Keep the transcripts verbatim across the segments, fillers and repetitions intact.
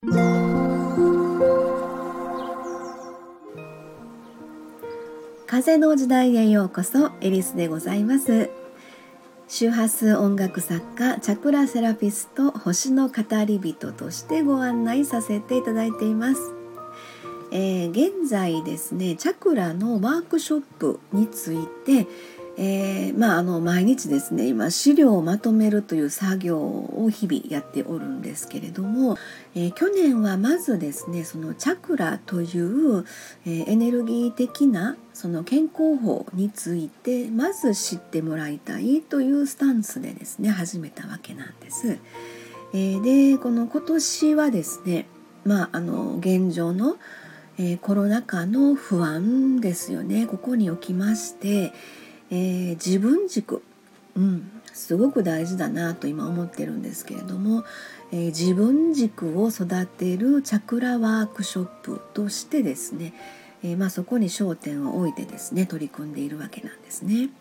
風の時代へようこそ。エリスでございます。周波数音楽作家、チャクラセラピスト、星の語り人としてご案内させていただいています。えー、現在ですね、チャクラのワークショップについて、えーまあ、あの毎日ですね、今資料をまとめるという作業を日々やっておるんですけれども、えー、去年はまずですね、そのチャクラという、えー、エネルギー的なその健康法についてまず知ってもらいたいというスタンスでですね始めたわけなんです。えー、でこの今年はですね、まあ、あの現状の、えー、コロナ禍の不安ですよね。ここにおきまして、えー、自分軸、うん、すごく大事だなと今思ってるんですけれども、えー、自分軸を育てるチャクラワークショップとしてですね、えーまあ、そこに焦点を置いてですね取り組んでいるわけなんですね。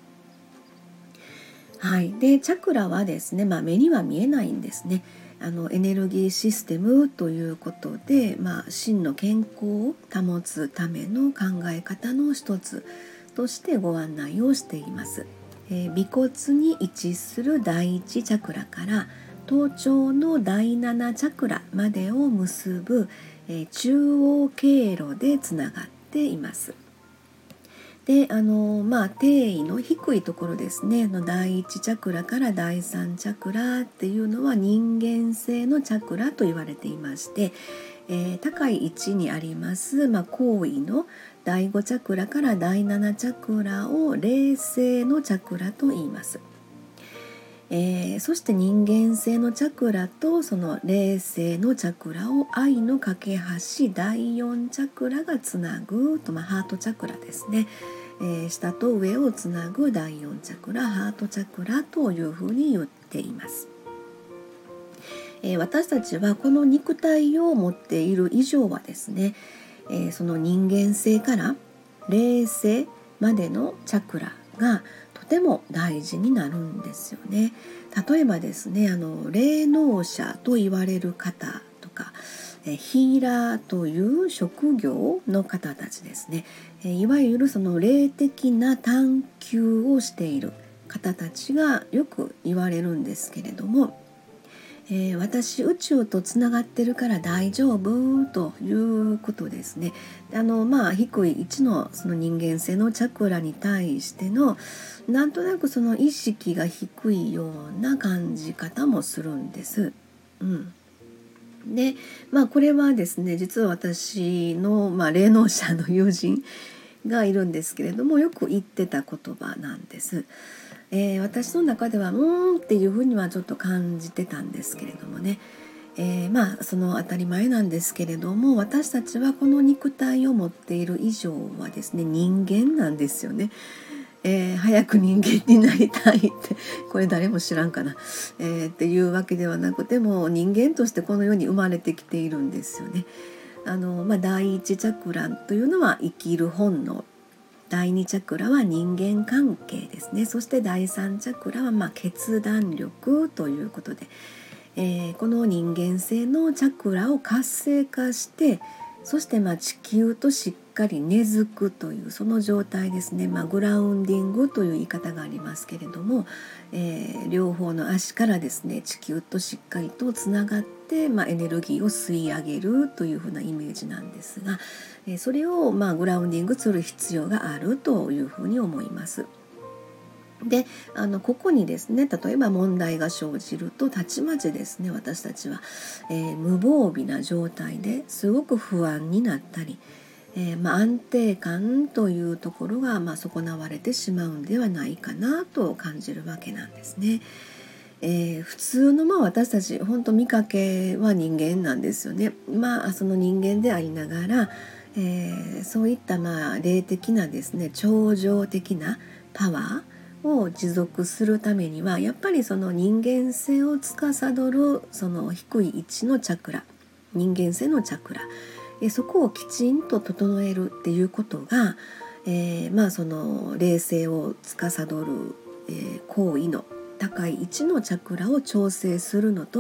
はい、でチャクラはですね、まあ、目には見えないんですね。あのエネルギーシステムということで、まあ、真の健康を保つための考え方の一つとしてご案内をしています。えー、尾骨に位置する第一チャクラから頭頂の第七チャクラまでを結ぶ、えー、中央経路でつながっています。であのまあ定位の低いところですねの第一チャクラから第三チャクラっていうのは人間性のチャクラと言われていまして、えー、高い位置にあります、まあ、高位のだいごチャクラからだいななチャクラを霊性のチャクラと言います。えー、そして人間性のチャクラとその霊性のチャクラを愛の架け橋だいよんチャクラがつなぐと、まあ、ハートチャクラですね、えー、下と上をつなぐだいよんチャクラ、ハートチャクラというふうに言っています。えー、私たちはこの肉体を持っている以上はですね、えー、その人間性から霊性までのチャクラがとても大事になるんですよね。例えばですね、あの霊能者と言われる方とか、えヒーラーという職業の方たちですね、えいわゆるその霊的な探求をしている方たちがよく言われるんですけれども、えー、私宇宙とつながってるから大丈夫ということですね。あの、まあ、低い位置のその人間性のチャクラに対してのなんとなくその意識が低いような感じ方もするんです。うん、で、まあ、これはですね実は私の、まあ、霊能者の友人がいるんですけれどもよく言ってた言葉なんです。えー、私の中ではうーんっていうふうにはちょっと感じてたんですけれどもね、えー、まあその当たり前なんですけれども、私たちはこの肉体を持っている以上はですね人間なんですよね。えー、早く人間になりたいってこれ誰も知らんかな、えー、っていうわけではなくても人間としてこの世に生まれてきているんですよね。あの、まあ、第一チャクラというのは生きる本能、第二チャクラは人間関係ですね。そして第三チャクラはまあ決断力ということで、えー、この人間性のチャクラを活性化して、そしてまあ地球としっかり根付くというその状態ですね。まあ、グラウンディングという言い方がありますけれども、えー、両方の足からですね地球としっかりとつながって、まあ、エネルギーを吸い上げるというふうなイメージなんですが、えー、それをまあグラウンディングする必要があるというふうに思います。であのここにですね例えば問題が生じるとたちまちですね私たちは、えー、無防備な状態ですごく不安になったり、えーまあ、安定感というところが、まあ、損なわれてしまうんではないかなと感じるわけなんですね。えー、普通のまあ私たち本当見かけは人間なんですよね。まあその人間でありながら、えー、そういったまあ霊的なですね超常的なパワーを持続するためにはやっぱりその人間性を司るその低い位置のチャクラ、人間性のチャクラ、えそこをきちんと整えるっていうことが、えー、まあその霊性を司る、えー、行為の高い位置のチャクラを調整するのと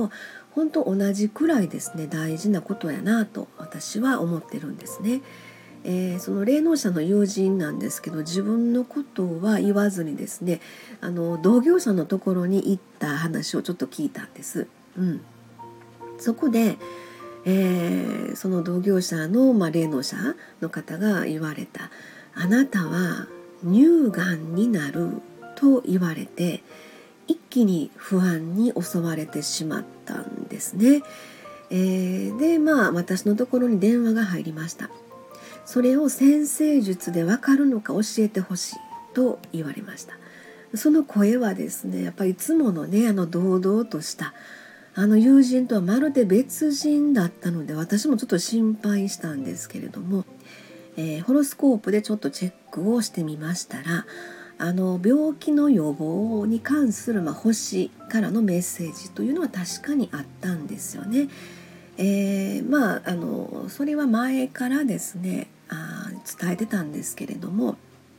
本当同じくらいですね大事なことやなと私は思ってるんですね。えー、その霊能者の友人なんですけど、自分のことは言わずにですね、あの同業者のところに行った話をちょっと聞いたんです。うん、そこで、えー、その同業者の、まあ、霊能者の方が言われた、あなたは乳がんになると言われて一気に不安に襲われてしまったんですね。えー、でまあ私のところに電話が入りました。それを占星術でわかるのか教えてほしいと言われました。その声はですね、やっぱりいつものねあの堂々としたあの友人とはまるで別人だったので、私もちょっと心配したんですけれども、えー、ホロスコープでちょっとチェックをしてみましたら、あの病気の予防に関する、まあ、星からのメッセージというのは確かにあったんですよね。えー、まああのそれは前からですねあ伝えてたんですけれども、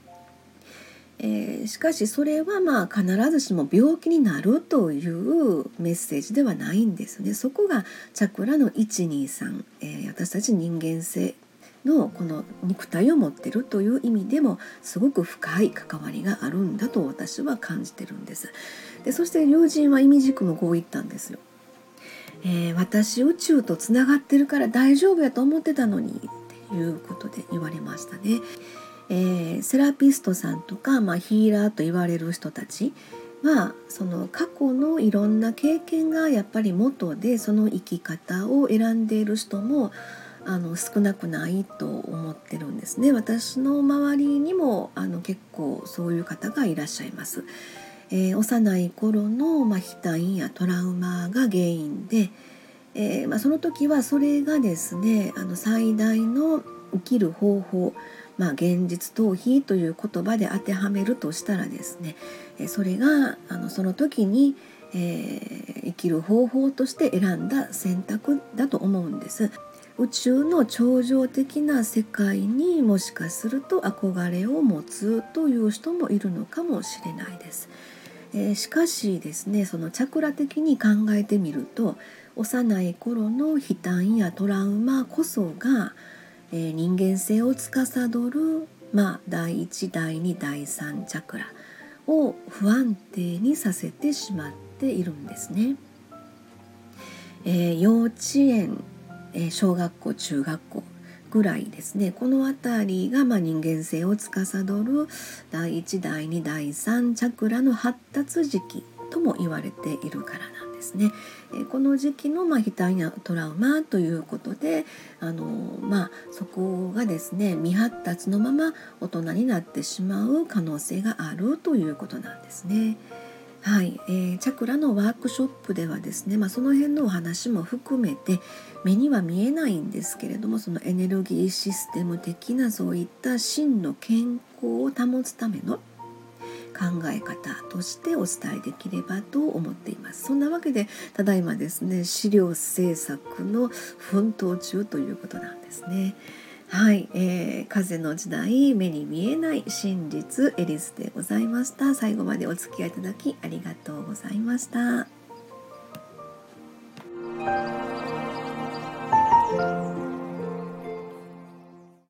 えー、しかしそれはまあ必ずしも病気になるというメッセージではないんですね。そこがチャクラのいちにさん、えー、私たち人間性のこの肉体を持っているという意味でもすごく深い関わりがあるんだと私は感じてるんです。でそして友人は意味軸もこう言ったんですよ。えー、私宇宙とつながってるから大丈夫やと思ってたのにっていうことで言われましたね。えー、セラピストさんとか、まあ、ヒーラーと言われる人たちはその過去のいろんな経験がやっぱり元でその生き方を選んでいる人もあの少なくないと思ってるんですね。私の周りにもあの結構そういう方がいらっしゃいます。えー、幼い頃の、まあ、悲嘆やトラウマが原因で、えーまあ、その時はそれがですねあの最大の生きる方法、まあ、現実逃避という言葉で当てはめるとしたらですね、えー、それがあのその時に、えー、生きる方法として選んだ選択だと思うんです。宇宙の超常的な世界にもしかすると憧れを持つという人もいるのかもしれないです。えー、しかしですねそのチャクラ的に考えてみると、幼い頃の悲嘆やトラウマこそが、えー、人間性を司る、まあ、だいいちだいにだいさんチャクラを不安定にさせてしまっているんですね。えー、幼稚園、えー、小学校中学校ぐらいですね、この辺りがまあ人間性を司るだいいちだいにだいさんチャクラの発達時期とも言われているからなんですね。えー、この時期のまあ悲嘆やトラウマということで、あのー、まあそこがですね未発達のまま大人になってしまう可能性があるということなんですね。はい、えー、チャクラのワークショップではですね、まあ、その辺のお話も含めて目には見えないんですけれども、そのエネルギーシステム的なそういった真の健康を保つための考え方としてお伝えできればと思っています。そんなわけでただいまですね資料制作の奮闘中ということなんですね。はい、えー、風の時代目に見えない真実エリスでございました。最後までお付き合いいただきありがとうございました。